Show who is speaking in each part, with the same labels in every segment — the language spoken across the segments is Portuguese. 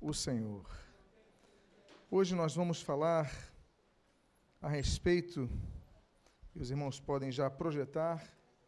Speaker 1: o Senhor. Hoje nós vamos falar a respeito, e os irmãos podem já projetar,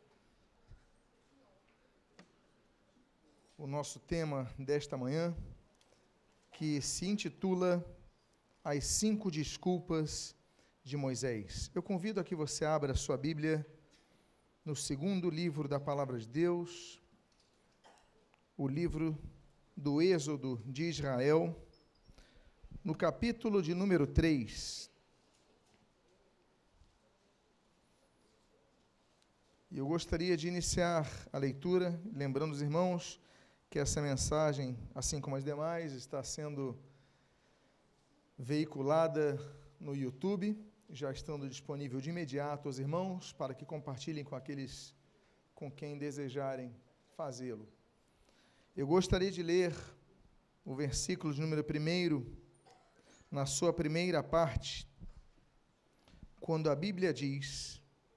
Speaker 1: o nosso tema desta manhã, que se intitula As 5 Desculpas de Moisés. Eu convido a que você abra a sua Bíblia no segundo livro da Palavra de Deus, o livro do Êxodo de Israel, no capítulo de número 3. E eu gostaria de iniciar a leitura, lembrando os irmãos que essa mensagem, assim como as demais, está sendo veiculada no YouTube, já estando disponível de imediato aos irmãos, para que compartilhem com aqueles com quem desejarem fazê-lo. Eu gostaria de ler o versículo de número 1, na sua primeira parte, quando a Bíblia diz: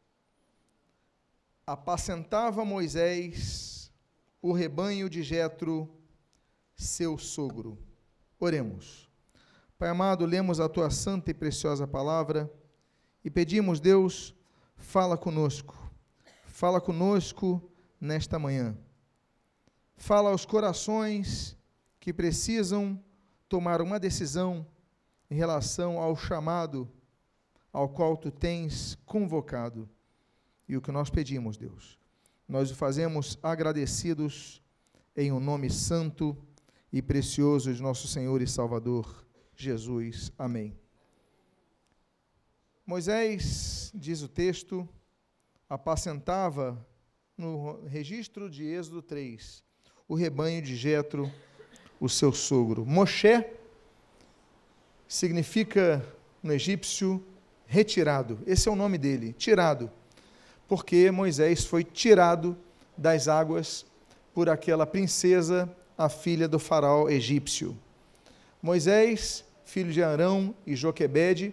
Speaker 1: apacentava Moisés o rebanho de Jetro, seu sogro. Oremos. Pai amado, lemos a tua santa e preciosa palavra e pedimos, Deus, fala conosco nesta manhã. Fala aos corações que precisam tomar uma decisão em relação ao chamado ao qual tu tens convocado. E o que nós pedimos, Deus, nós o fazemos agradecidos em um nome santo e precioso de nosso Senhor e Salvador, Jesus. Amém. Moisés, diz o texto, apacentava, no registro de Êxodo 3, o rebanho de Jetro, o seu sogro. Moshe significa, no egípcio, retirado. Esse é o nome dele, tirado. Porque Moisés foi tirado das águas por aquela princesa, a filha do faraó egípcio. Moisés, filho de Arão e Joquebede,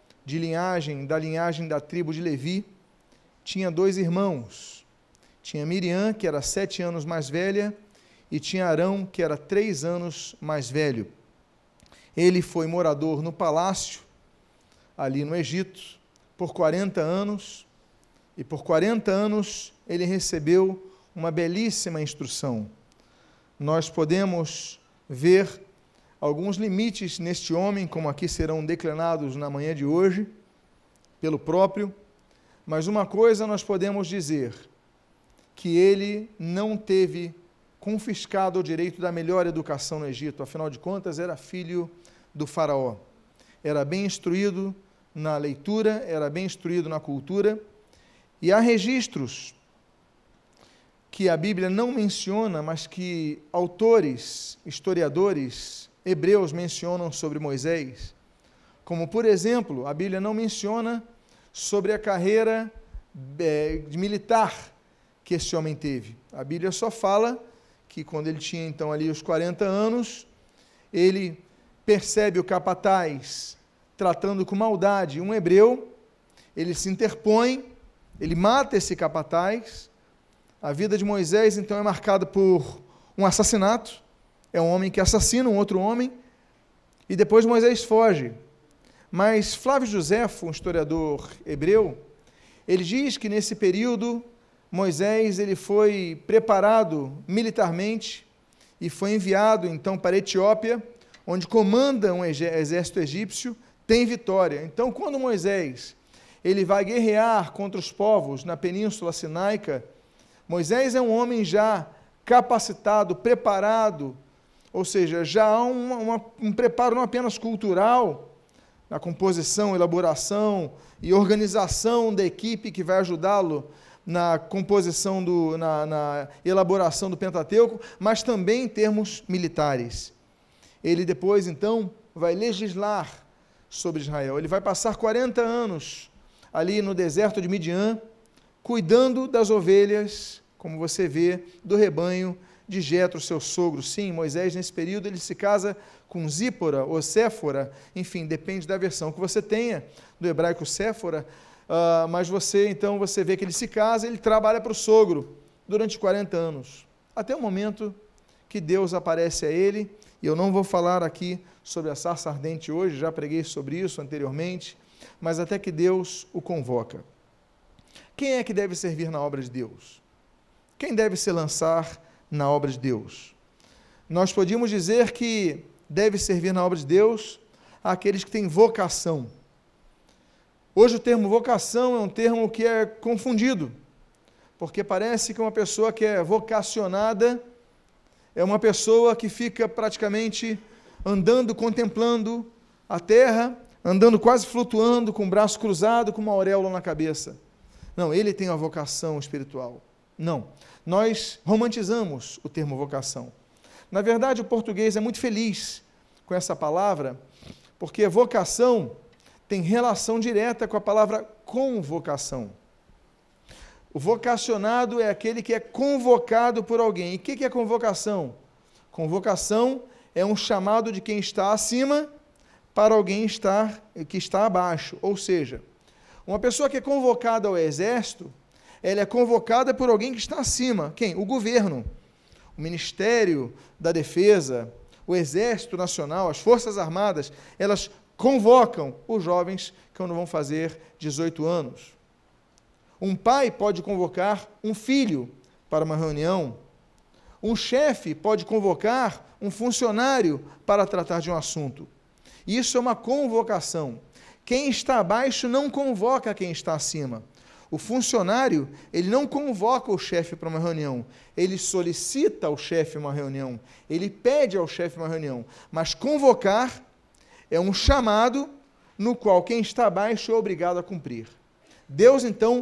Speaker 1: da linhagem da tribo de Levi, tinha 2 irmãos. Tinha Miriam, que era 7 anos mais velha, e tinha Arão, que era 3 anos mais velho. Ele foi morador no palácio, ali no Egito, por 40 anos, e por 40 anos ele recebeu uma belíssima instrução. Nós podemos ver alguns limites neste homem, como aqui serão declinados na manhã de hoje, pelo próprio, mas uma coisa nós podemos dizer, que ele não teve confiscado o direito da melhor educação no Egito, afinal de contas era filho do faraó. Era bem instruído na leitura, era bem instruído na cultura, e há registros que a Bíblia não menciona, mas que autores, historiadores hebreus mencionam sobre Moisés, como, por exemplo, a Bíblia não menciona sobre a carreira militar que esse homem teve. A Bíblia só fala que quando ele tinha então ali os 40 anos, ele percebe o capataz tratando com maldade um hebreu, ele se interpõe, ele mata esse capataz. A vida de Moisés então é marcada por um assassinato, é um homem que assassina um outro homem, e depois Moisés foge. Mas Flávio Josefo, um historiador hebreu, ele diz que nesse período Moisés ele foi preparado militarmente e foi enviado então para a Etiópia, onde comanda um exército egípcio, tem vitória. Então, quando Moisés ele vai guerrear contra os povos na Península Sinaica, Moisés é um homem já capacitado, preparado, ou seja, já há um preparo não apenas cultural, na composição, elaboração e organização da equipe que vai ajudá-lo na composição, na elaboração do Pentateuco, mas também em termos militares. Ele depois, então, vai legislar sobre Israel. Ele vai passar 40 anos ali no deserto de Midian, cuidando das ovelhas, como você vê, do rebanho de Jetro, seu sogro. Sim, Moisés, nesse período, ele se casa com Zípora, ou Séfora, enfim, depende da versão que você tenha, do hebraico Séfora, mas então, você vê que ele se casa, ele trabalha para o sogro durante 40 anos, até o momento que Deus aparece a ele E eu não vou falar aqui sobre a sarça ardente hoje, já preguei sobre isso anteriormente, mas até que Deus o convoca. Quem é que deve servir na obra de Deus? Quem deve se lançar na obra de Deus? Nós podíamos dizer que deve servir na obra de Deus aqueles que têm vocação. Hoje o termo vocação é um termo que é confundido, porque parece que uma pessoa que é vocacionada é uma pessoa que fica praticamente andando, contemplando a terra, andando quase flutuando, com o braço cruzado, com uma auréola na cabeça. Não, ele tem uma vocação espiritual. Não, nós romantizamos o termo vocação. Na verdade, o português é muito feliz com essa palavra, porque vocação tem relação direta com a palavra convocação. O vocacionado é aquele que é convocado por alguém. E o que é convocação? Convocação é um chamado de quem está acima para alguém que está abaixo. Ou seja, uma pessoa que é convocada ao exército, ela é convocada por alguém que está acima. Quem? O governo, o Ministério da Defesa, o Exército Nacional, as Forças Armadas, elas convocam os jovens que não vão fazer 18 anos. Um pai pode convocar um filho para uma reunião. Um chefe pode convocar um funcionário para tratar de um assunto. Isso é uma convocação. Quem está abaixo não convoca quem está acima. O funcionário, ele não convoca o chefe para uma reunião, ele solicita ao chefe uma reunião, ele pede ao chefe uma reunião, mas convocar é um chamado no qual quem está abaixo é obrigado a cumprir. Deus, então,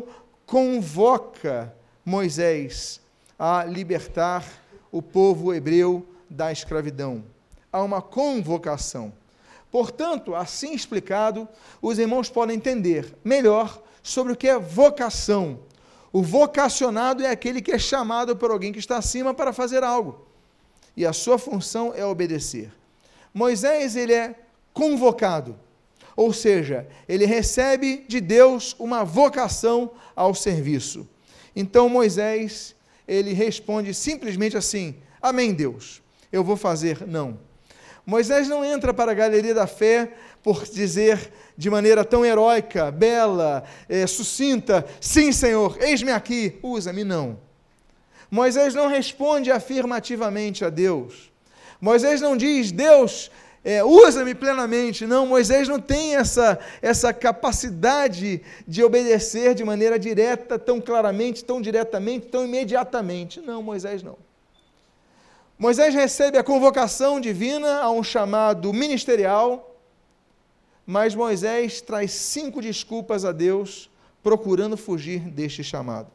Speaker 1: convoca Moisés a libertar o povo hebreu da escravidão. Há uma convocação. Portanto, assim explicado, os irmãos podem entender melhor sobre o que é vocação. O vocacionado é aquele que é chamado por alguém que está acima para fazer algo. E a sua função é obedecer. Moisés, ele é convocado. Ou seja, ele recebe de Deus uma vocação ao serviço. Então Moisés, ele responde simplesmente assim: amém, Deus, eu vou fazer. Não. Moisés não entra para a galeria da fé por dizer de maneira tão heróica, bela, sucinta: sim, Senhor, eis-me aqui, usa-me. Não. Moisés não responde afirmativamente a Deus. Moisés não diz: Deus, usa-me plenamente. Não, Moisés não tem essa capacidade de obedecer de maneira direta, tão claramente, tão diretamente, tão imediatamente. Não, Moisés não. Moisés recebe a convocação divina a um chamado ministerial, mas Moisés traz 5 desculpas a Deus, procurando fugir deste chamado.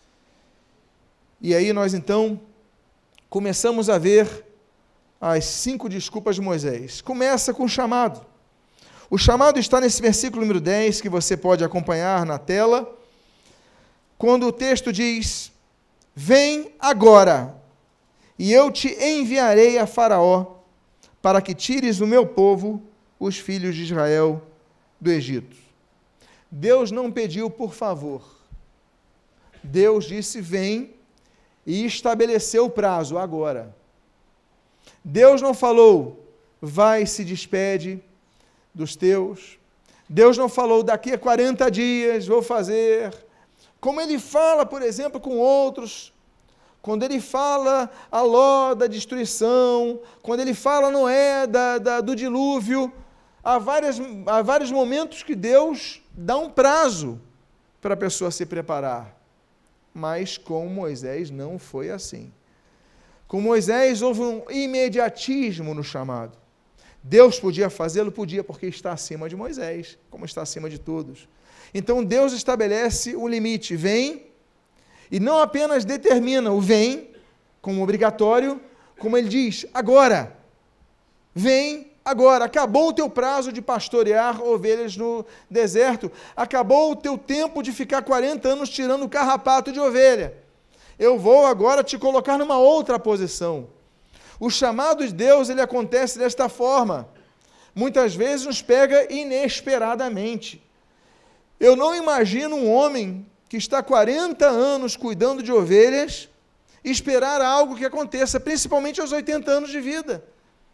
Speaker 1: E aí nós então começamos a ver as 5 desculpas de Moisés. Começa com o chamado. O chamado está nesse versículo número 10, que você pode acompanhar na tela, quando o texto diz: vem agora, e eu te enviarei a Faraó, para que tires o meu povo, os filhos de Israel, do Egito. Deus não pediu por favor. Deus disse: vem, e estabeleceu o prazo, agora. Deus não falou: vai, se despede dos teus. Deus não falou: daqui a 40 dias vou fazer. Como ele fala, por exemplo, com outros, quando ele fala a Ló da destruição, quando ele fala Noé do dilúvio, há vários momentos que Deus dá um prazo para a pessoa se preparar. Mas com Moisés não foi assim. Com Moisés houve um imediatismo no chamado. Deus podia fazê-lo? Podia, porque está acima de Moisés, como está acima de todos. Então Deus estabelece o limite: vem, e não apenas determina o vem como obrigatório, como ele diz: agora, vem agora, acabou o teu prazo de pastorear ovelhas no deserto, acabou o teu tempo de ficar 40 anos tirando carrapato de ovelha, eu vou agora te colocar numa outra posição. O chamado de Deus, ele acontece desta forma, muitas vezes nos pega inesperadamente. Eu não imagino um homem que está 40 anos cuidando de ovelhas esperar algo que aconteça, principalmente aos 80 anos de vida.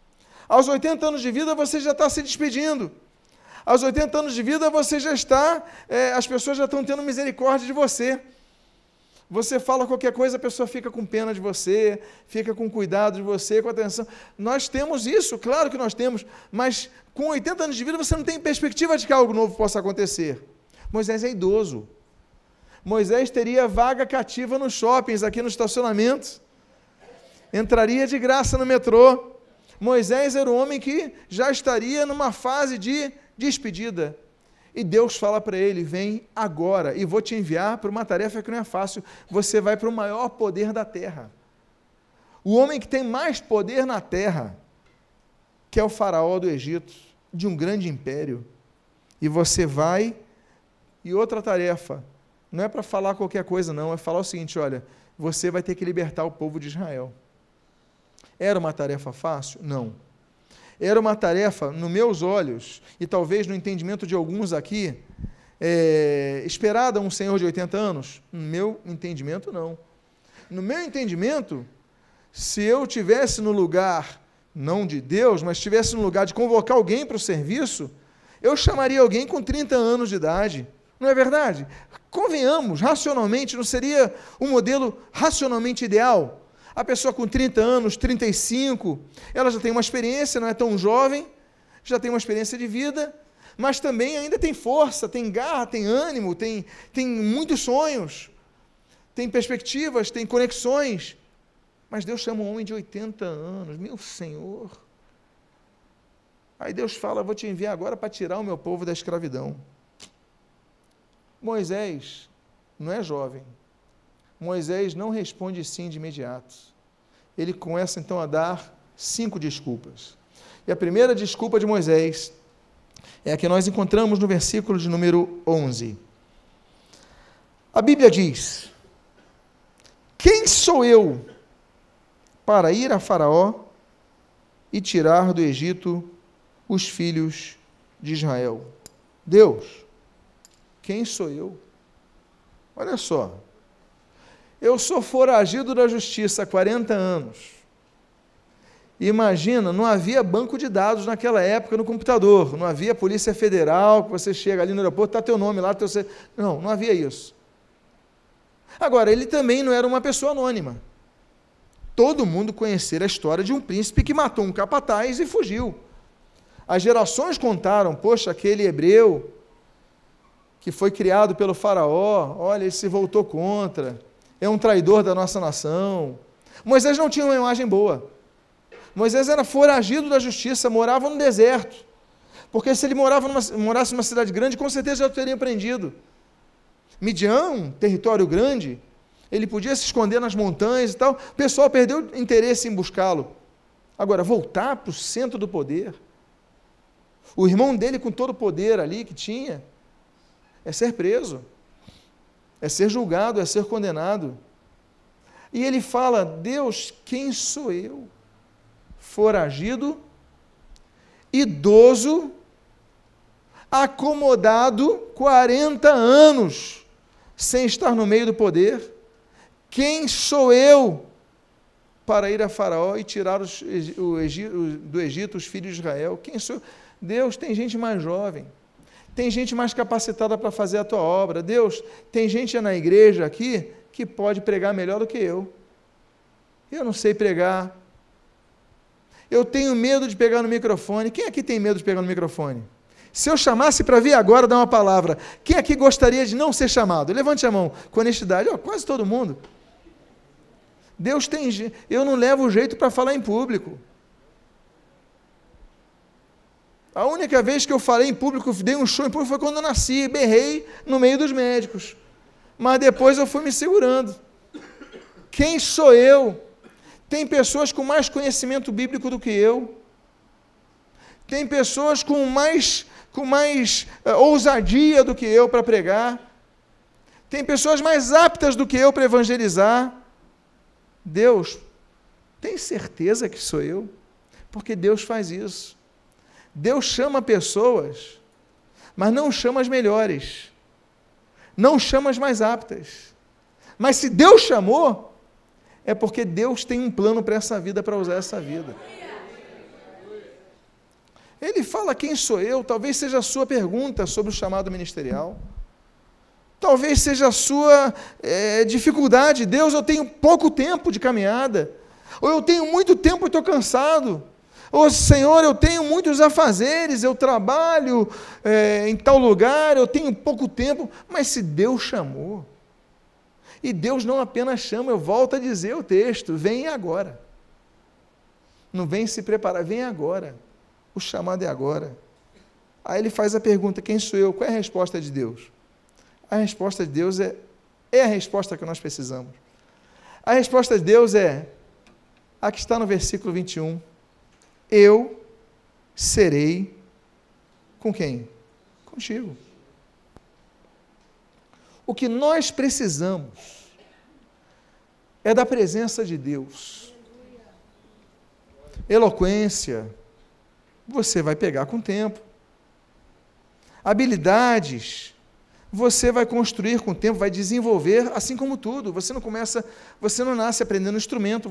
Speaker 1: Aos 80 anos de vida, você já está se despedindo. Aos 80 anos de vida, você já está, as pessoas já estão tendo misericórdia de você. Você fala qualquer coisa, a pessoa fica com pena de você, fica com cuidado de você, com atenção. Nós temos isso, claro que nós temos, mas com 80 anos de vida, você não tem perspectiva de que algo novo possa acontecer. Moisés é idoso. Moisés teria vaga cativa nos shoppings, aqui nos estacionamentos. Entraria de graça no metrô. Moisés era um homem que já estaria numa fase de despedida. E Deus fala para ele, vem agora, e vou te enviar para uma tarefa que não é fácil. Você vai para o maior poder da terra. O homem que tem mais poder na terra, que é o faraó do Egito, de um grande império. E você vai, e outra tarefa, não é para falar qualquer coisa não, é falar o seguinte, olha, você vai ter que libertar o povo de Israel. Era uma tarefa fácil? Não. Era uma tarefa, nos meus olhos, e talvez no entendimento de alguns aqui, esperada a um senhor de 80 anos? No meu entendimento, não. No meu entendimento, se eu estivesse no lugar, não de Deus, mas estivesse no lugar de convocar alguém para o serviço, eu chamaria alguém com 30 anos de idade. Não é verdade? Convenhamos, racionalmente, não seria um modelo racionalmente ideal? A pessoa com 30 anos, 35, ela já tem uma experiência, não é tão jovem, já tem uma experiência de vida, mas também ainda tem força, tem garra, tem ânimo, tem muitos sonhos, tem perspectivas, tem conexões. Mas Deus chama um homem de 80 anos, meu Senhor. Aí Deus fala, vou te enviar agora para tirar o meu povo da escravidão. Moisés não é jovem. Moisés não responde sim de imediato. Ele começa então a dar 5 desculpas. E a primeira desculpa de Moisés é a que nós encontramos no versículo de número 11. A Bíblia diz, quem sou eu para ir a Faraó e tirar do Egito os filhos de Israel? Deus, quem sou eu? Olha só, eu sou foragido da justiça há 40 anos. Imagina, não havia banco de dados naquela época no computador, não havia Polícia Federal, que você chega ali no aeroporto, está teu nome lá, não havia isso. Agora, ele também não era uma pessoa anônima. Todo mundo conhecia a história de um príncipe que matou um capataz e fugiu. As gerações contaram, poxa, aquele hebreu que foi criado pelo faraó, olha, ele se voltou contra, é um traidor da nossa nação. Moisés não tinha uma imagem boa. Moisés era foragido da justiça, morava no deserto, porque se ele morasse numa cidade grande, com certeza já o teriam prendido. Midian, um território grande, ele podia se esconder nas montanhas e tal, o pessoal perdeu interesse em buscá-lo. Agora, voltar para o centro do poder, o irmão dele com todo o poder ali que tinha, é ser preso, é ser julgado, é ser condenado. E ele fala, Deus, quem sou eu? Foragido, idoso, acomodado, 40 anos, sem estar no meio do poder. Quem sou eu para ir a Faraó e tirar do Egito os filhos de Israel? Quem sou eu? Deus, tem gente mais jovem, tem gente mais capacitada para fazer a tua obra. Deus, tem gente na igreja aqui que pode pregar melhor do que eu. Eu não sei pregar. Eu tenho medo de pegar no microfone. Quem aqui tem medo de pegar no microfone? Se eu chamasse para vir agora dar uma palavra, quem aqui gostaria de não ser chamado? Levante a mão com honestidade. Quase todo mundo. Deus tem... Eu não levo jeito para falar em público. A única vez que eu falei em público, dei um show em público, foi quando eu nasci, berrei no meio dos médicos. Mas depois eu fui me segurando. Quem sou eu? Tem pessoas com mais conhecimento bíblico do que eu. Tem pessoas com mais ousadia do que eu para pregar. Tem pessoas mais aptas do que eu para evangelizar. Deus, tem certeza que sou eu? Porque Deus faz isso. Deus chama pessoas, mas não chama as melhores, não chama as mais aptas. Mas se Deus chamou, é porque Deus tem um plano para essa vida, para usar essa vida. Ele fala: quem sou eu? Talvez seja a sua pergunta sobre o chamado ministerial. Talvez seja a sua dificuldade. Deus, eu tenho pouco tempo de caminhada. Ou eu tenho muito tempo e estou cansado. Ou, Senhor, eu tenho muitos afazeres, eu trabalho em tal lugar, eu tenho pouco tempo. Mas se Deus chamou, e Deus não apenas chama, eu volto a dizer o texto: vem agora. Não vem se preparar, vem agora. O chamado é agora. Aí ele faz a pergunta: quem sou eu? Qual é a resposta de Deus? A resposta de Deus é a resposta que nós precisamos. A resposta de Deus é a que está no versículo 21. Eu serei com quem? Contigo. O que nós precisamos é da presença de Deus. Eloquência, você vai pegar com o tempo. Habilidades, você vai construir com o tempo, vai desenvolver, assim como tudo. Você não nasce aprendendo instrumento,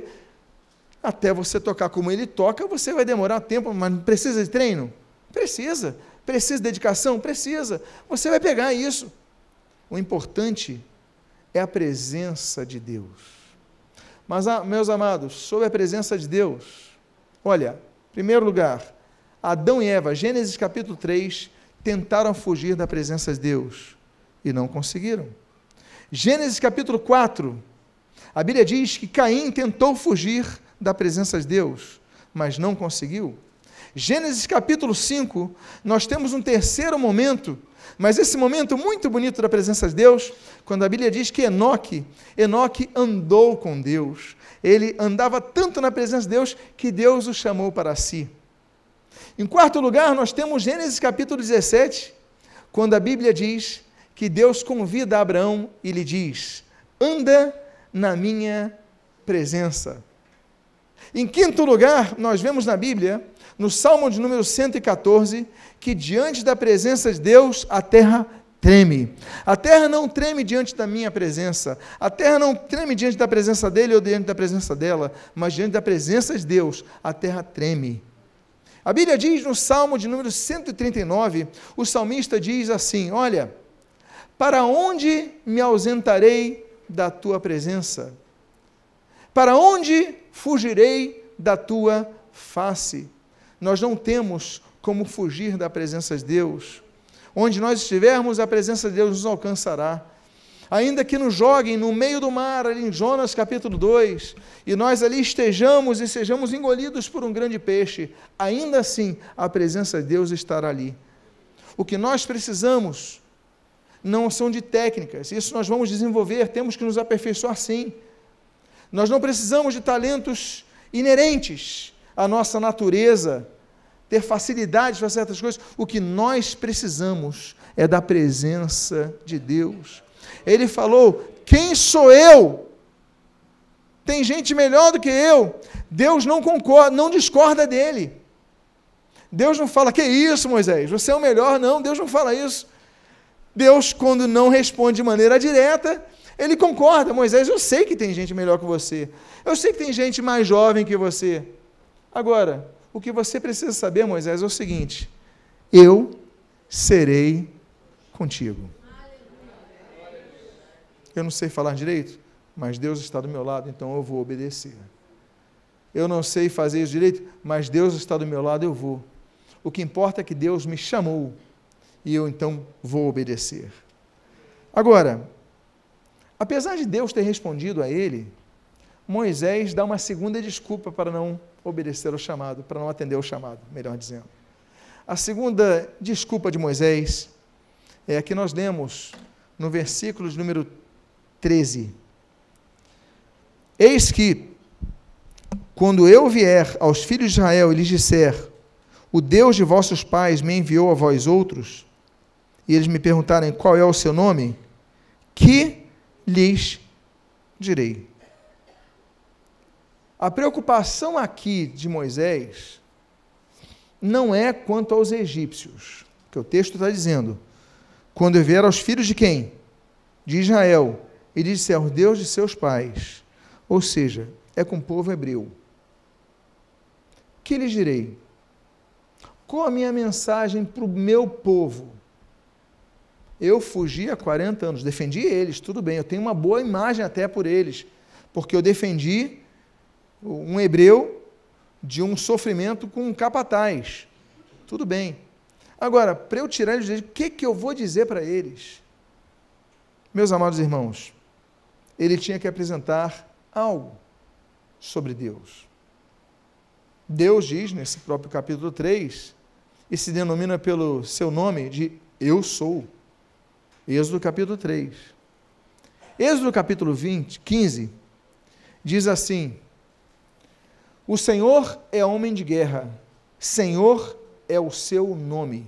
Speaker 1: até você tocar como ele toca, você vai demorar tempo, mas precisa de treino? Precisa. Precisa de dedicação? Precisa. Você vai pegar isso. O importante é a presença de Deus. Mas, meus amados, sobre a presença de Deus, olha, em primeiro lugar, Adão e Eva, Gênesis capítulo 3, tentaram fugir da presença de Deus e não conseguiram. Gênesis capítulo 4, a Bíblia diz que Caim tentou fugir da presença de Deus, mas não conseguiu. Gênesis capítulo 5, nós temos um terceiro momento, mas esse momento muito bonito da presença de Deus, quando a Bíblia diz que Enoque andou com Deus. Ele andava tanto na presença de Deus, que Deus o chamou para si. Em quarto lugar, nós temos Gênesis capítulo 17, quando a Bíblia diz que Deus convida Abraão e lhe diz: anda na minha presença. Em quinto lugar, nós vemos na Bíblia, no Salmo de número 114, que diante da presença de Deus, a terra treme. A terra não treme diante da minha presença, a terra não treme diante da presença dele ou diante da presença dela, mas diante da presença de Deus, a terra treme. A Bíblia diz no Salmo de número 139, o salmista diz assim: olha, para onde me ausentarei da tua presença? Para onde fugirei da tua face? Nós não temos como fugir da presença de Deus. Onde nós estivermos, a presença de Deus nos alcançará. Ainda que nos joguem no meio do mar, ali em Jonas capítulo 2, e nós ali estejamos e sejamos engolidos por um grande peixe, ainda assim a presença de Deus estará ali. O que nós precisamos não são de técnicas, isso nós vamos desenvolver, temos que nos aperfeiçoar sim. Nós não precisamos de talentos inerentes à nossa natureza, ter facilidades para certas coisas. O que nós precisamos é da presença de Deus. Ele falou: quem sou eu? Tem gente melhor do que eu. Deus não concorda, não discorda dele. Deus não fala: que isso, Moisés, você é o melhor. Não, Deus não fala isso. Deus, quando não responde de maneira direta, ele concorda: Moisés, eu sei que tem gente melhor que você, eu sei que tem gente mais jovem que você. Agora, o que você precisa saber, Moisés, é o seguinte: eu serei contigo. Eu não sei falar direito, mas Deus está do meu lado, então eu vou obedecer. Eu não sei fazer isso direito, mas Deus está do meu lado, eu vou. O que importa é que Deus me chamou, e eu então vou obedecer. Agora, apesar de Deus ter respondido a ele, Moisés dá uma segunda desculpa para não obedecer ao chamado, para não atender ao chamado, melhor dizendo. A segunda desculpa de Moisés é a que nós lemos no versículo de número 13. Eis que, quando eu vier aos filhos de Israel e lhes disser: o Deus de vossos pais me enviou a vós outros, e eles me perguntarem qual é o seu nome, que lhes direi? A preocupação aqui de Moisés não é quanto aos egípcios, que o texto está dizendo: quando eu vier aos filhos de quem? De Israel, e disser: o Deus de seus pais, ou seja, é com o povo hebreu. Que lhes direi? Qual a minha mensagem para o meu povo? Eu fugi há 40 anos, defendi eles, tudo bem, eu tenho uma boa imagem até por eles, porque eu defendi um hebreu de um sofrimento com um capataz, tudo bem. Agora, para eu tirar eles, o que eu vou dizer para eles? Meus amados irmãos, ele tinha que apresentar algo sobre Deus. Deus diz, nesse próprio capítulo 3, e se denomina pelo seu nome de Eu Sou. Êxodo capítulo 3. Êxodo capítulo 15, diz assim: o Senhor é homem de guerra, Senhor é o seu nome.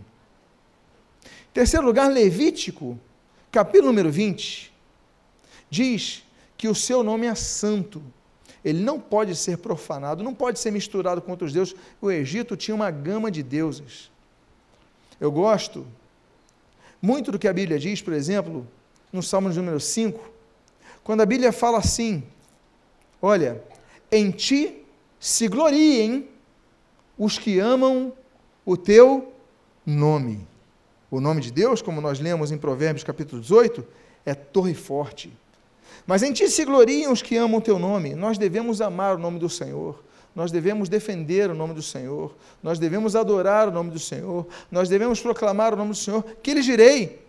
Speaker 1: Em terceiro lugar, Levítico, capítulo número 20, diz que o seu nome é santo. Ele não pode ser profanado, não pode ser misturado com outros deuses. O Egito tinha uma gama de deuses. Eu gosto muito do que a Bíblia diz, por exemplo, no Salmo número 5, quando a Bíblia fala assim: olha, em ti se gloriem os que amam o teu nome. O nome de Deus, como nós lemos em Provérbios capítulo 18, é torre forte. Mas em ti se gloriem os que amam o teu nome. Nós devemos amar o nome do Senhor, nós devemos defender o nome do Senhor, nós devemos adorar o nome do Senhor, nós devemos proclamar o nome do Senhor. Que lhes direi?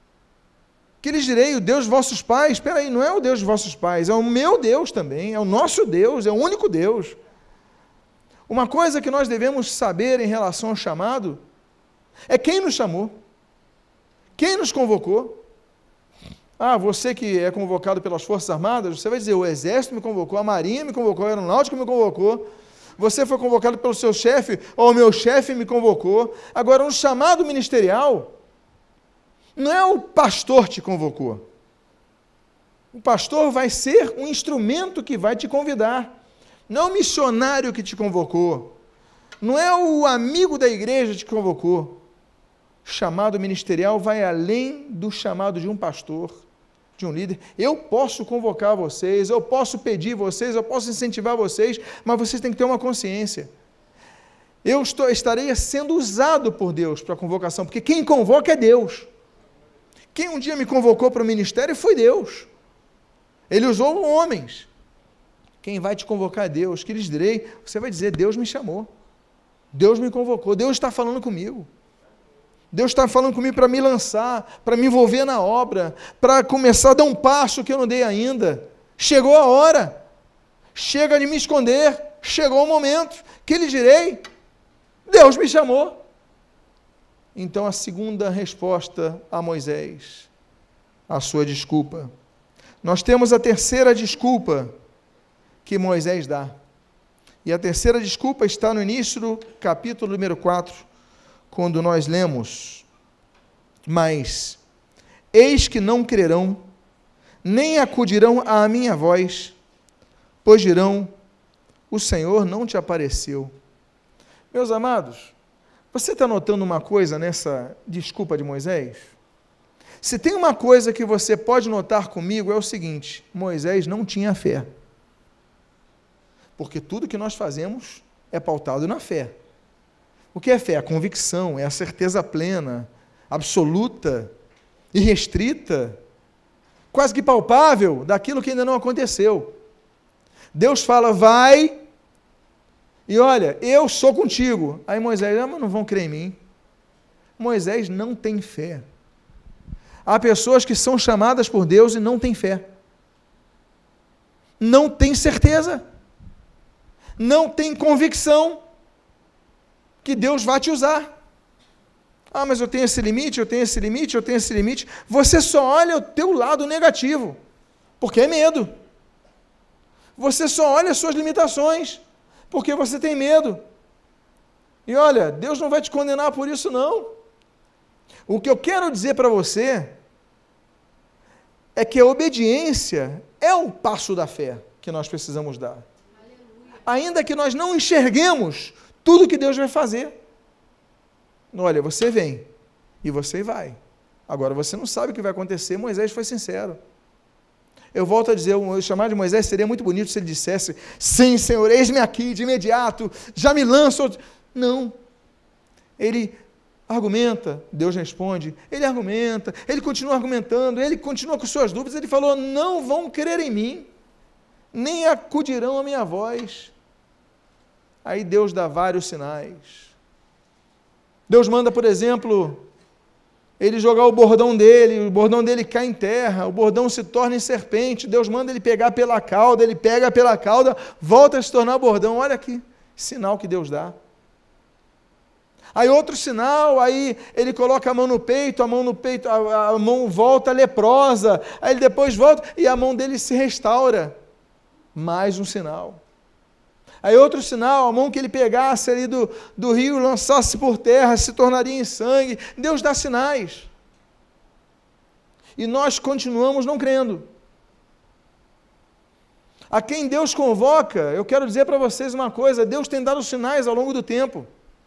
Speaker 1: Que lhes direi? O Deus dos vossos pais? Espera aí, não é o Deus dos vossos pais, é o meu Deus também, é o nosso Deus, é o único Deus. Uma coisa que nós devemos saber em relação ao chamado é quem nos chamou, quem nos convocou. Ah, você que é convocado pelas Forças Armadas, você vai dizer: o Exército me convocou, a Marinha me convocou, a Aeronáutica me convocou. Você foi convocado pelo seu chefe, ou o meu chefe me convocou. Agora, um chamado ministerial, não é o pastor te convocou. O pastor vai ser um instrumento que vai te convidar. Não é o missionário que te convocou. Não é o amigo da igreja que te convocou. Chamado ministerial vai além do chamado de um pastor, de um líder. Eu posso convocar vocês, eu posso pedir vocês, eu posso incentivar vocês, mas vocês têm que ter uma consciência. Eu estarei sendo usado por Deus para a convocação, porque quem convoca é Deus. Quem um dia me convocou para o ministério foi Deus. Ele usou homens. Quem vai te convocar é Deus. Que lhes direi? Você vai dizer: Deus me chamou, Deus me convocou, Deus está falando comigo. Deus está falando comigo para me lançar, para me envolver na obra, para começar a dar um passo que eu não dei ainda. Chegou a hora, chega de me esconder, chegou o momento. Que lhe direi? Deus me chamou. Então a segunda resposta a Moisés, a sua desculpa. Nós temos a terceira desculpa que Moisés dá. E a terceira desculpa está no início do capítulo número 4, quando nós lemos: mas eis que não crerão, nem acudirão à minha voz, pois dirão: o Senhor não te apareceu. Meus amados, você está notando uma coisa nessa desculpa de Moisés? Se tem uma coisa que você pode notar comigo, é o seguinte: Moisés não tinha fé. Porque tudo que nós fazemos é pautado na fé. O que é fé? A convicção, é a certeza plena, absoluta, irrestrita, quase que palpável daquilo que ainda não aconteceu. Deus fala: vai, e olha, eu sou contigo. Aí Moisés: mas não vão crer em mim. Moisés não tem fé. Há pessoas que são chamadas por Deus e não têm fé. Não têm certeza. Não têm convicção que Deus vai te usar. Ah, mas eu tenho esse limite, eu tenho esse limite, eu tenho esse limite. Você só olha o teu lado negativo, porque é medo. Você só olha as suas limitações, porque você tem medo. E olha, Deus não vai te condenar por isso, não. O que eu quero dizer para você é que a obediência é o passo da fé que nós precisamos dar. Ainda que nós não enxerguemos tudo que Deus vai fazer. Olha, você vem e você vai. Agora, você não sabe o que vai acontecer. Moisés foi sincero. Eu volto a dizer, o chamado de Moisés seria muito bonito se ele dissesse: sim, Senhor, eis-me aqui de imediato, já me lanço. Não. ele argumenta, Deus responde, ele argumenta, ele continua argumentando, ele continua com suas dúvidas, ele falou, não vão crer em mim, nem acudirão à minha voz. Aí Deus dá vários sinais. Deus manda, por exemplo, ele jogar o bordão dele cai em terra, o bordão se torna em serpente, Deus manda ele pegar pela cauda, ele pega pela cauda, volta a se tornar bordão. Olha que sinal que Deus dá. Aí outro sinal, aí ele coloca a mão no peito, a mão volta leprosa, aí ele depois volta e a mão dele se restaura. Mais um sinal. Aí outro sinal, a mão que ele pegasse ali do rio, lançasse por terra, se tornaria em sangue. Deus dá sinais. E nós continuamos não crendo. A quem Deus convoca, eu quero dizer para vocês uma coisa, Deus tem dado sinais ao longo do tempo.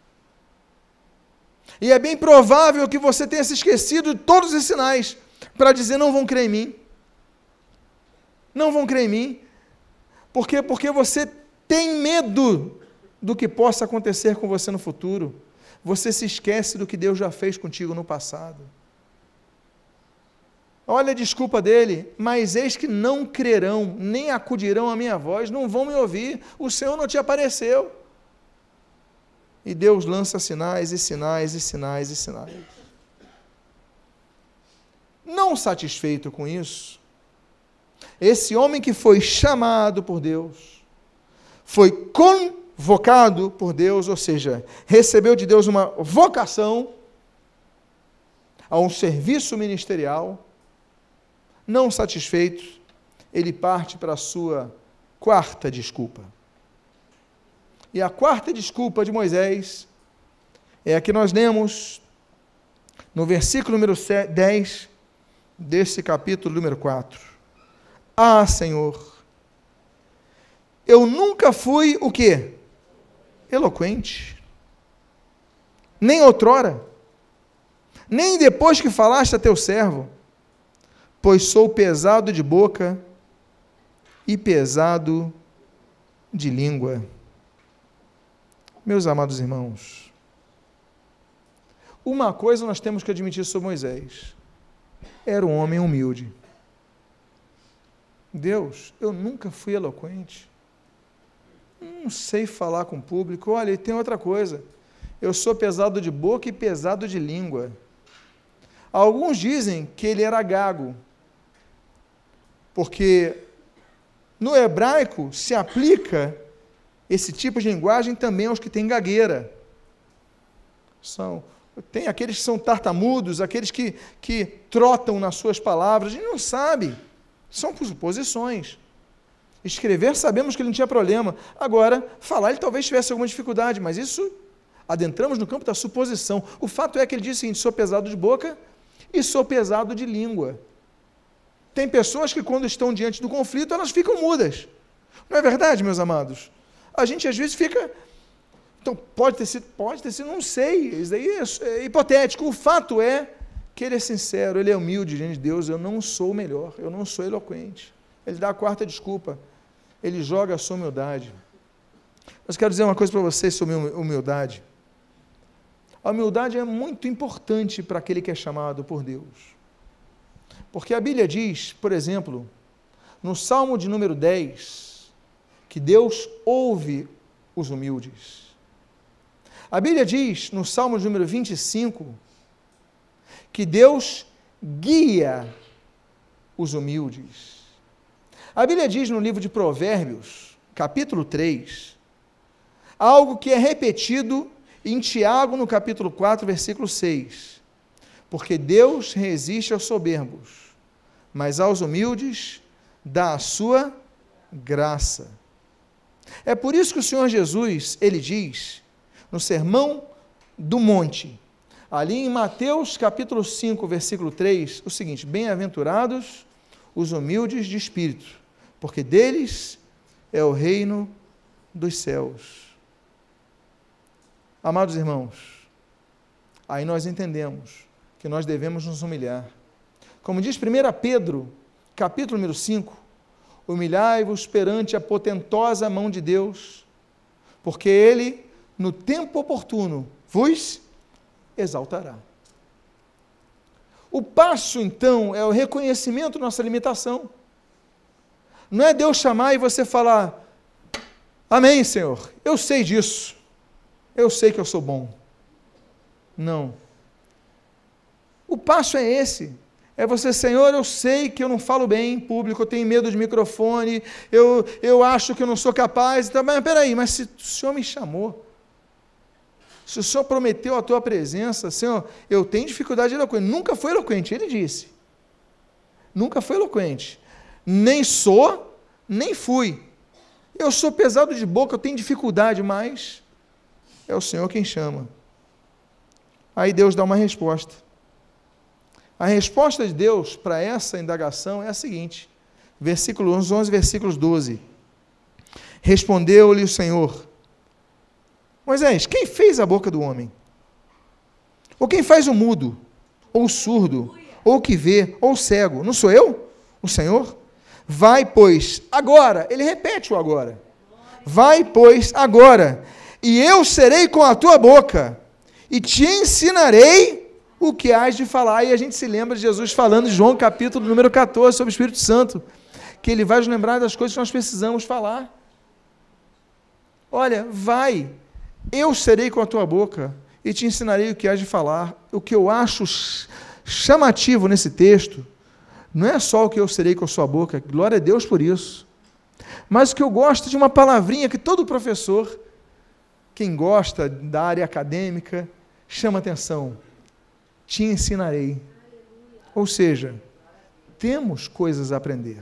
Speaker 1: E é bem provável que você tenha se esquecido de todos esses sinais, para dizer, não vão crer em mim. Não vão crer em mim. Por quê? Porque você tem medo do que possa acontecer com você no futuro. Você se esquece do que Deus já fez contigo no passado. Olha a desculpa dele, mas eis que não crerão, nem acudirão à minha voz, não vão me ouvir, o Senhor não te apareceu. E Deus lança sinais e sinais e sinais e sinais. Não satisfeito com isso, esse homem que foi chamado por Deus, foi convocado por Deus, ou seja, recebeu de Deus uma vocação a um serviço ministerial, não satisfeito, ele parte para a sua quarta desculpa. E a quarta desculpa de Moisés é a que nós lemos no versículo número 10 desse capítulo número 4. Ah, Senhor, eu nunca fui o quê? Eloquente. Nem outrora, nem depois que falaste a teu servo, pois sou pesado de boca e pesado de língua. Meus amados irmãos, uma coisa nós temos que admitir sobre Moisés, era um homem humilde. Deus, eu nunca fui eloquente, não sei falar com o público. Olha, e tem outra coisa, eu sou pesado de boca e pesado de língua. Alguns dizem que ele era gago, porque no hebraico se aplica esse tipo de linguagem também aos que têm gagueira. Tem aqueles que são tartamudos, aqueles que trotam nas suas palavras, a gente não sabe, são suposições. Escrever, sabemos que ele não tinha problema. Agora, falar, ele talvez tivesse alguma dificuldade, mas isso, adentramos no campo da suposição. O fato é que ele diz o seguinte, sou pesado de boca e sou pesado de língua. Tem pessoas que quando estão diante do conflito, elas ficam mudas. Não é verdade, meus amados? A gente às vezes fica, então pode ter sido, não sei, isso aí é hipotético. O fato é que ele é sincero, ele é humilde diante de Deus, eu não sou o melhor, eu não sou eloquente. Ele dá a quarta desculpa, ele joga a sua humildade. Mas quero dizer uma coisa para vocês sobre humildade. A humildade é muito importante para aquele que é chamado por Deus. Porque a Bíblia diz, por exemplo, no Salmo de número 10, que Deus ouve os humildes. A Bíblia diz, no Salmo de número 25, que Deus guia os humildes. A Bíblia diz no livro de Provérbios, capítulo 3, algo que é repetido em Tiago, no capítulo 4, versículo 6. Porque Deus resiste aos soberbos, mas aos humildes dá a sua graça. É por isso que o Senhor Jesus, ele diz, no Sermão do Monte, ali em Mateus capítulo 5, versículo 3, o seguinte, bem-aventurados os humildes de espírito, porque deles é o reino dos céus. Amados irmãos, aí nós entendemos que nós devemos nos humilhar. Como diz 1 Pedro, capítulo número 5, humilhai-vos perante a potentosa mão de Deus, porque Ele, no tempo oportuno, vos exaltará. O passo, então, é o reconhecimento da nossa limitação. Não é Deus chamar e você falar, amém, Senhor, eu sei disso, eu sei que eu sou bom. Não. O passo é esse, é você, Senhor, eu sei que eu não falo bem em público, eu tenho medo de microfone, eu acho que eu não sou capaz, então, mas peraí, mas se o Senhor me chamou, se o Senhor prometeu a tua presença, Senhor, eu tenho dificuldade de eloquente, nunca foi eloquente, ele disse, nunca foi eloquente, nem sou, nem fui, eu sou pesado de boca, eu tenho dificuldade, mas é o Senhor quem chama. Aí Deus dá uma resposta. A resposta de Deus para essa indagação é a seguinte, versículo 11, versículos 12. Respondeu-lhe o Senhor, Moisés, quem fez a boca do homem? Ou quem faz o mudo, ou o surdo, ou o que vê, ou o cego? Não sou eu? O Senhor? Vai, pois, agora, ele repete o agora. Vai, pois, agora, e eu serei com a tua boca, e te ensinarei o que hás de falar. E a gente se lembra de Jesus falando em João capítulo número 14, sobre o Espírito Santo, que ele vai nos lembrar das coisas que nós precisamos falar. Olha, vai, eu serei com a tua boca, e te ensinarei o que hás de falar. O que eu acho chamativo nesse texto, não é só o que eu serei com a sua boca, glória a Deus por isso, mas o que eu gosto de uma palavrinha que todo professor, quem gosta da área acadêmica, chama atenção, te ensinarei. Ou seja, temos coisas a aprender.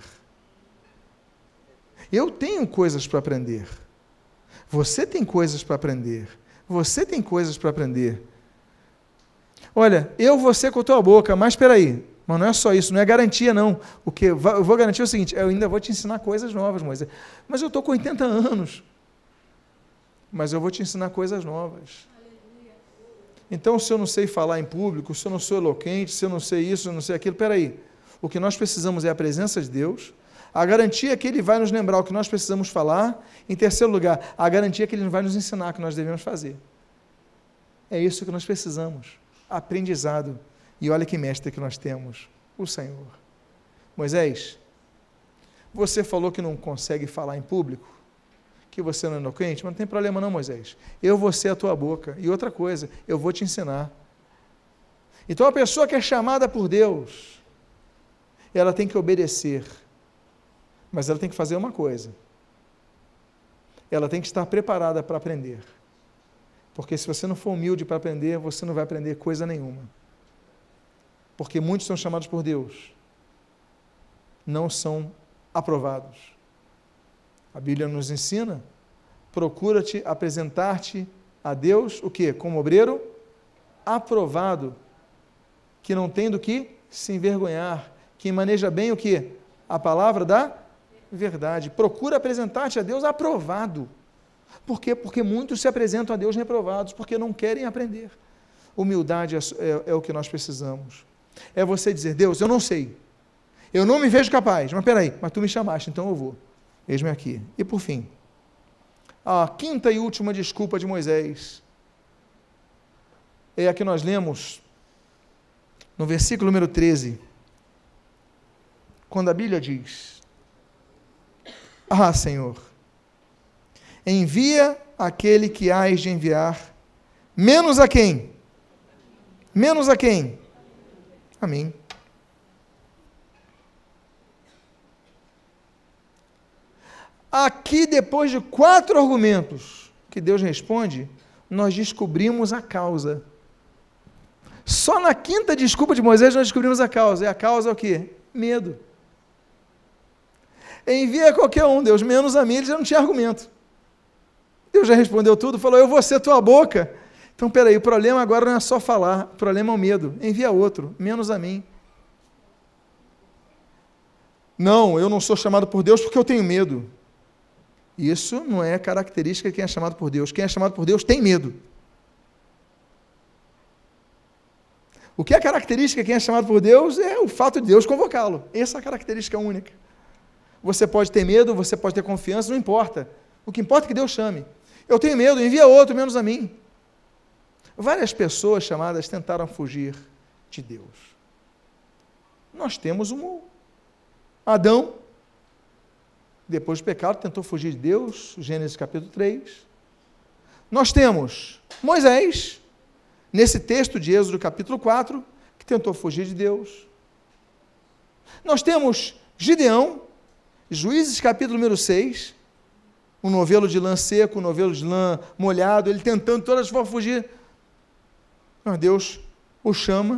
Speaker 1: Eu tenho coisas para aprender. Você tem coisas para aprender. Você tem coisas para aprender. Olha, eu vou ser com a tua boca, mas espera aí, mas não é só isso, não é garantia não. O que eu vou garantir é o seguinte, eu ainda vou te ensinar coisas novas, Moisés. Mas eu estou com 80 anos. Mas eu vou te ensinar coisas novas. Então, se eu não sei falar em público, se eu não sou eloquente, se eu não sei isso, se eu não sei aquilo, espera aí. O que nós precisamos é a presença de Deus, a garantia que Ele vai nos lembrar o que nós precisamos falar. Em terceiro lugar, a garantia que Ele vai nos ensinar o que nós devemos fazer. É isso que nós precisamos. Aprendizado. E olha que mestre que nós temos, o Senhor. Moisés, você falou que não consegue falar em público, que você não é eloquente, mas não tem problema não, Moisés. Eu vou ser a tua boca. E outra coisa, eu vou te ensinar. Então a pessoa que é chamada por Deus, ela tem que obedecer, mas ela tem que fazer uma coisa. Ela tem que estar preparada para aprender. Porque se você não for humilde para aprender, você não vai aprender coisa nenhuma. Porque muitos são chamados por Deus, não são aprovados. A Bíblia nos ensina, procura-te apresentar-te a Deus, o quê? Como obreiro aprovado, que não tem do que se envergonhar, que maneja bem o quê? A palavra da verdade. Procura apresentar-te a Deus aprovado. Por quê? Porque muitos se apresentam a Deus reprovados, porque não querem aprender. Humildade é o que nós precisamos. É você dizer, Deus, eu não sei, eu não me vejo capaz, mas peraí, mas tu me chamaste, então eu vou. Eis-me aqui. E por fim, a quinta e última desculpa de Moisés é a que nós lemos no versículo número 13, quando a Bíblia diz, Senhor, envia aquele que hás de enviar, menos a quem? Menos a quem? A mim. Aqui, depois de 4 argumentos que Deus responde, nós descobrimos a causa. Só na quinta desculpa de Moisés nós descobrimos a causa. E a causa é o quê? Medo. Envia qualquer um, Deus, menos a mim. Ele já não tinha argumento. Deus já respondeu tudo, falou, eu vou ser tua boca. Então, peraí, o problema agora não é só falar, o problema é o medo. Envia outro, menos a mim. Não, eu não sou chamado por Deus porque eu tenho medo. Isso não é característica de quem é chamado por Deus. Quem é chamado por Deus tem medo. O que é característica de quem é chamado por Deus é o fato de Deus convocá-lo. Essa é a característica única. Você pode ter medo, você pode ter confiança, não importa. O que importa é que Deus chame. Eu tenho medo, envia outro, menos a mim. Várias pessoas chamadas tentaram fugir de Deus. Nós temos um Adão, depois do pecado, tentou fugir de Deus, Gênesis capítulo 3. Nós temos Moisés, nesse texto de Êxodo capítulo 4, que tentou fugir de Deus. Nós temos Gideão, Juízes capítulo número 6, um novelo de lã seco, um novelo de lã molhado, ele tentando todas as formas fugir. Mas Deus o chama.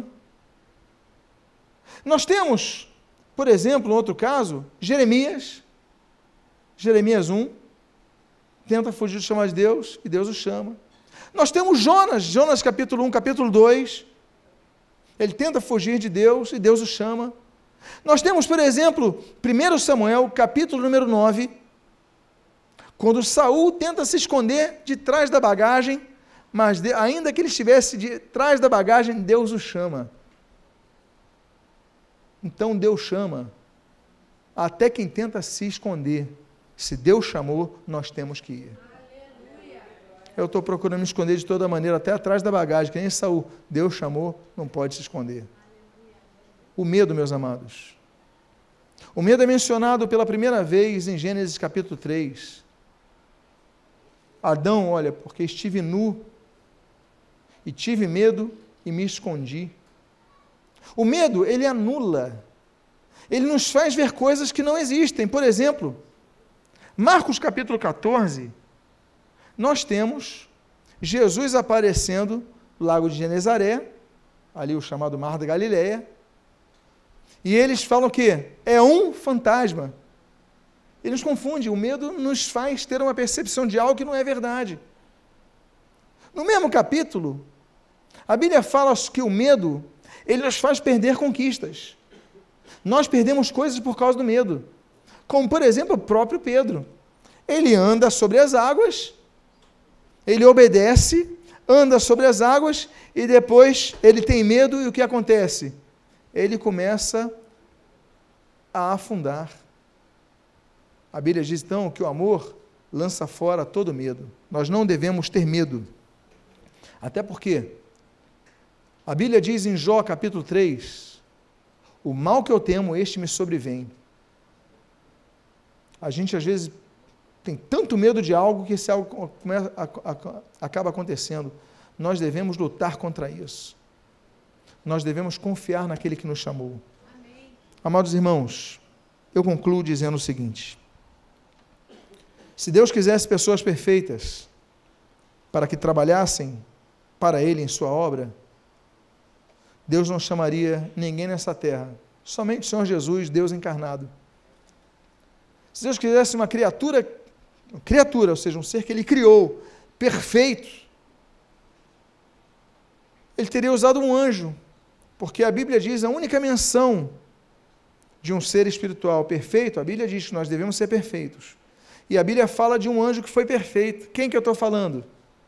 Speaker 1: Nós temos, por exemplo, um outro caso, Jeremias 1, tenta fugir do chamado de Deus, e Deus o chama. Nós temos Jonas capítulo 1, capítulo 2, ele tenta fugir de Deus, e Deus o chama. Nós temos, por exemplo, 1 Samuel, capítulo número 9, quando Saul tenta se esconder de trás da bagagem, mas ainda que ele estivesse de trás da bagagem, Deus o chama. Então Deus chama até quem tenta se esconder. Se Deus chamou, nós temos que ir. Eu estou procurando me esconder de toda maneira, até atrás da bagagem, que nem Saul. Deus chamou, não pode se esconder. O medo, meus amados. O medo é mencionado pela primeira vez em Gênesis capítulo 3. Adão, olha, porque estive nu e tive medo e me escondi. O medo, ele anula. Ele nos faz ver coisas que não existem. Por exemplo, Marcos capítulo 14, nós temos Jesus aparecendo no lago de Genezaré, ali o chamado Mar da Galileia, e eles falam que é um fantasma. Ele nos confunde, o medo nos faz ter uma percepção de algo que não é verdade. No mesmo capítulo, a Bíblia fala que o medo, ele nos faz perder conquistas. Nós perdemos coisas por causa do medo. Como, por exemplo, o próprio Pedro. Ele anda sobre as águas, ele obedece, anda sobre as águas, e depois ele tem medo, e o que acontece? Ele começa a afundar. A Bíblia diz, então, que o amor lança fora todo medo. Nós não devemos ter medo. Até porque a Bíblia diz em Jó, capítulo 3, o mal que eu temo, este me sobrevém. A gente, às vezes, tem tanto medo de algo que esse algo acaba acontecendo. Nós devemos lutar contra isso. Nós devemos confiar naquele que nos chamou. Amém. Amados irmãos, eu concluo dizendo o seguinte: se Deus quisesse pessoas perfeitas para que trabalhassem para Ele em sua obra, Deus não chamaria ninguém nessa terra, somente o Senhor Jesus, Deus encarnado. Se Deus quisesse uma criatura, ou seja, um ser que Ele criou, perfeito, Ele teria usado um anjo, porque a Bíblia diz, a única menção de um ser espiritual perfeito, a Bíblia diz que nós devemos ser perfeitos. E a Bíblia fala de um anjo que foi perfeito. Quem que eu estou falando?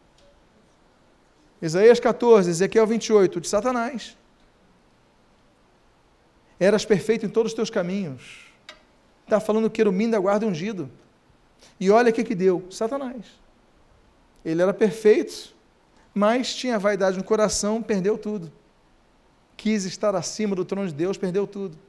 Speaker 1: Isaías 14, Ezequiel 28, de Satanás. Eras perfeito em todos os teus caminhos. Está falando o querubim da guarda ungido. E olha o que deu, Satanás. Ele era perfeito, mas tinha vaidade no coração, perdeu tudo. Quis estar acima do trono de Deus, perdeu tudo.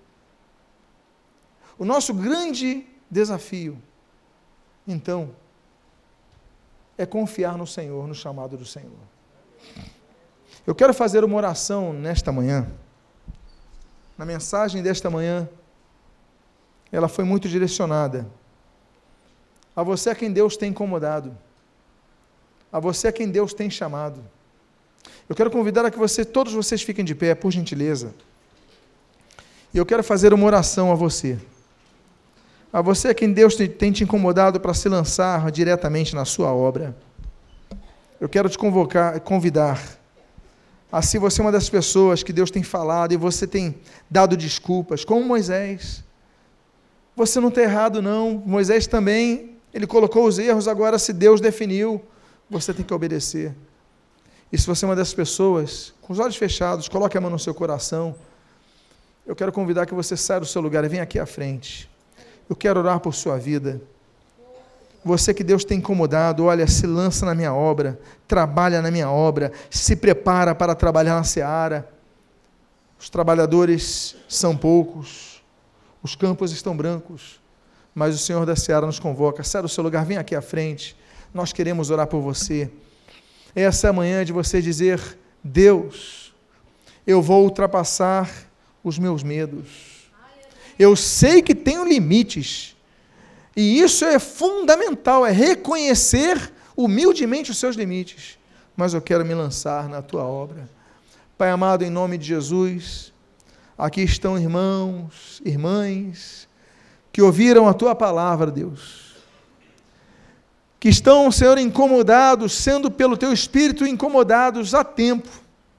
Speaker 1: O nosso grande desafio, então, é confiar no Senhor, no chamado do Senhor. Eu quero fazer uma oração nesta manhã. Na mensagem desta manhã, ela foi muito direcionada a você a quem Deus tem incomodado, a você a quem Deus tem chamado. Eu quero convidar a que todos vocês fiquem de pé, por gentileza. E eu quero fazer uma oração a você a quem Deus tem te incomodado para se lançar diretamente na sua obra. Eu quero te convidar, se você é uma das pessoas que Deus tem falado e você tem dado desculpas, como Moisés, você não está errado não, Moisés também, ele colocou os erros, agora se Deus definiu, você tem que obedecer. E se você é uma dessas pessoas, com os olhos fechados, coloque a mão no seu coração, eu quero convidar que você saia do seu lugar e venha aqui à frente. Eu quero orar por sua vida. Você que Deus tem incomodado, olha, se lança na minha obra, trabalha na minha obra, se prepara para trabalhar na seara. Os trabalhadores são poucos, os campos estão brancos, mas o Senhor da seara nos convoca. Sai do seu lugar, vem aqui à frente, nós queremos orar por você. Essa é a manhã de você dizer: Deus, eu vou ultrapassar os meus medos. Eu sei que tenho limites, e isso é fundamental, é reconhecer humildemente os seus limites, mas eu quero me lançar na tua obra. Pai amado, em nome de Jesus, aqui estão irmãos, irmãs, que ouviram a tua palavra, Deus, que estão, Senhor, incomodados, sendo pelo teu Espírito incomodados há tempo,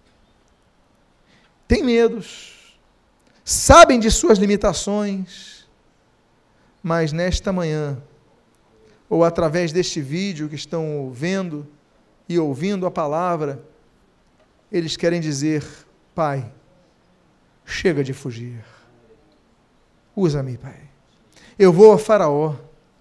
Speaker 1: têm medos, sabem de suas limitações, mas nesta manhã, ou através deste vídeo que estão vendo e ouvindo a palavra, eles querem dizer: Pai, chega de fugir, usa-me, Pai. Eu vou a Faraó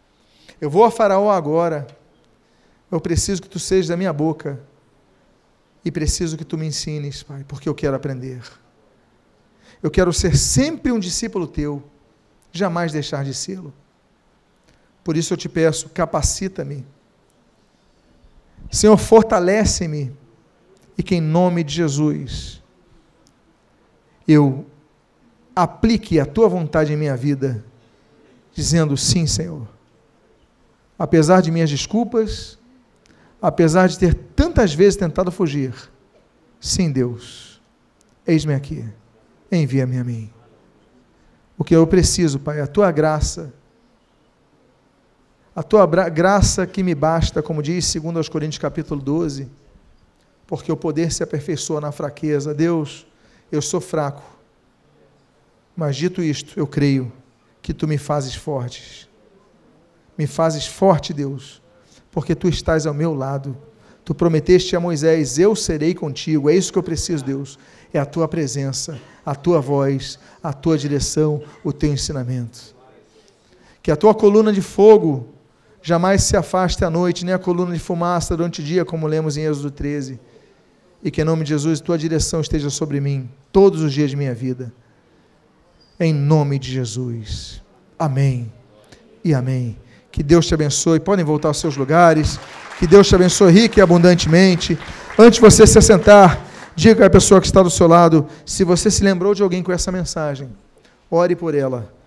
Speaker 1: agora, eu preciso que Tu sejas da minha boca, e preciso que Tu me ensines, Pai, porque eu quero aprender. Eu quero ser sempre um discípulo Teu, jamais deixar de sê-lo. Por isso eu te peço, capacita-me. Senhor, fortalece-me, e que em nome de Jesus, eu aplique a Tua vontade em minha vida, dizendo: sim, Senhor. Apesar de minhas desculpas, apesar de ter tantas vezes tentado fugir, sim, Deus, eis-me aqui, envia-me a mim. O que eu preciso, Pai, é a Tua graça, a Tua graça que me basta, como diz 2 Coríntios capítulo 12, porque o poder se aperfeiçoa na fraqueza. Deus, eu sou fraco, mas dito isto, eu creio que Tu me fazes fortes. Me fazes forte, Deus, porque Tu estás ao meu lado. Tu prometeste a Moisés: eu serei contigo. É isso que eu preciso, Deus. É a Tua presença, a Tua voz, a Tua direção, o Teu ensinamento. Que a Tua coluna de fogo jamais se afaste à noite, nem a coluna de fumaça durante o dia, como lemos em Êxodo 13. E que em nome de Jesus, Tua direção esteja sobre mim, todos os dias de minha vida. Em nome de Jesus. Amém e amém. Que Deus te abençoe. Podem voltar aos seus lugares. Que Deus te abençoe rica e abundantemente. Antes de você se assentar, diga à pessoa que está do seu lado, se você se lembrou de alguém com essa mensagem, ore por ela.